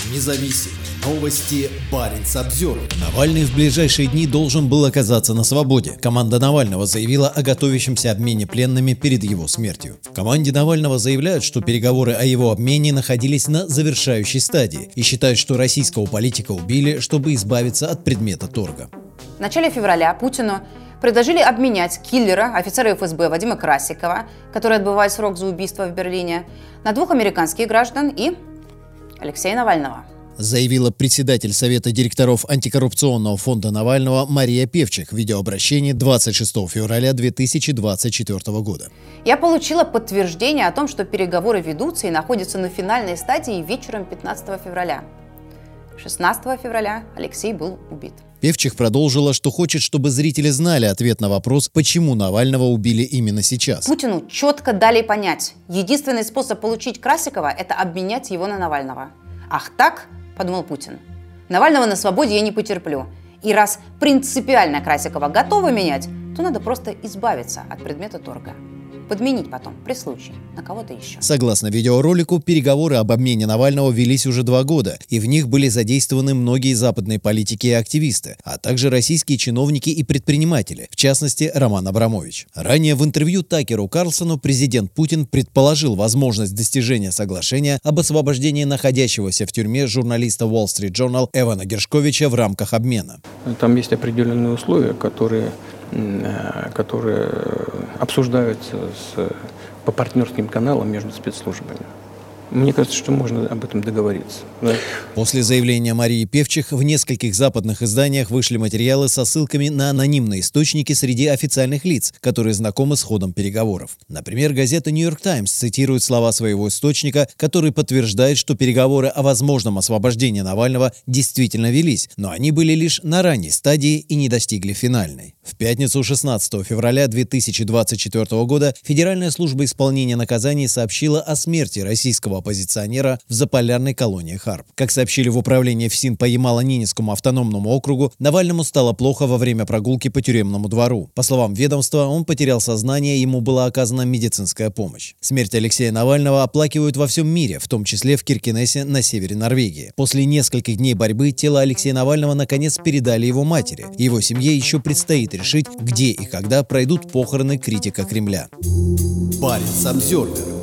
независим. Новости Баренц-Обзервер. Навальный в ближайшие дни должен был оказаться на свободе. Команда Навального заявила о готовящемся обмене пленными перед его смертью. В команде Навального заявляют, что переговоры о его обмене находились на завершающей стадии и считают, что российского политика убили, чтобы избавиться от предмета торга. В начале февраля Путину предложили обменять киллера, офицера ФСБ Вадима Красикова, который отбывает срок за убийство в Берлине, на 2 американских граждан и Алексея Навального. Заявила председатель Совета директоров антикоррупционного фонда Навального Мария Певчих в видеообращении 26 февраля 2024 года. Я получила подтверждение о том, что переговоры ведутся и находятся на финальной стадии вечером 15 февраля. 16 февраля Алексей был убит. Певчих продолжила, что хочет, чтобы зрители знали ответ на вопрос, почему Навального убили именно сейчас. Путину четко дали понять, единственный способ получить Красикова – это обменять его на Навального. Ах так, подумал Путин, Навального на свободе я не потерплю. И раз принципиально Красикова готовы менять, то надо просто избавиться от предмета торга. Подменить потом, при случае, на кого-то еще. Согласно видеоролику, переговоры об обмене Навального велись уже 2 года, и в них были задействованы многие западные политики и активисты, а также российские чиновники и предприниматели, в частности, Роман Абрамович. Ранее в интервью Такеру Карлсону президент Путин предположил возможность достижения соглашения об освобождении находящегося в тюрьме журналиста Wall Street Journal Эвана Гершковича в рамках обмена. Там есть определенные условия, которые обсуждаются по партнерским каналам между спецслужбами. Мне кажется, что можно об этом договориться. Да? После заявления Марии Певчих в нескольких западных изданиях вышли материалы со ссылками на анонимные источники среди официальных лиц, которые знакомы с ходом переговоров. Например, газета New York Times цитирует слова своего источника, который подтверждает, что переговоры о возможном освобождении Навального действительно велись, но они были лишь на ранней стадии и не достигли финальной. В пятницу 16 февраля 2024 года Федеральная служба исполнения наказаний сообщила о смерти российского оппозиционера в заполярной колонии Харп. Как сообщили в управлении ФСИН по Ямало-Ненецкому автономному округу, Навальному стало плохо во время прогулки по тюремному двору. По словам ведомства, он потерял сознание, ему была оказана медицинская помощь. Смерть Алексея Навального оплакивают во всем мире, в том числе в Киркенесе на севере Норвегии. После нескольких дней борьбы тело Алексея Навального наконец передали его матери. Его семье еще предстоит решить, где и когда пройдут похороны критика Кремля. Баренц-Обзервер.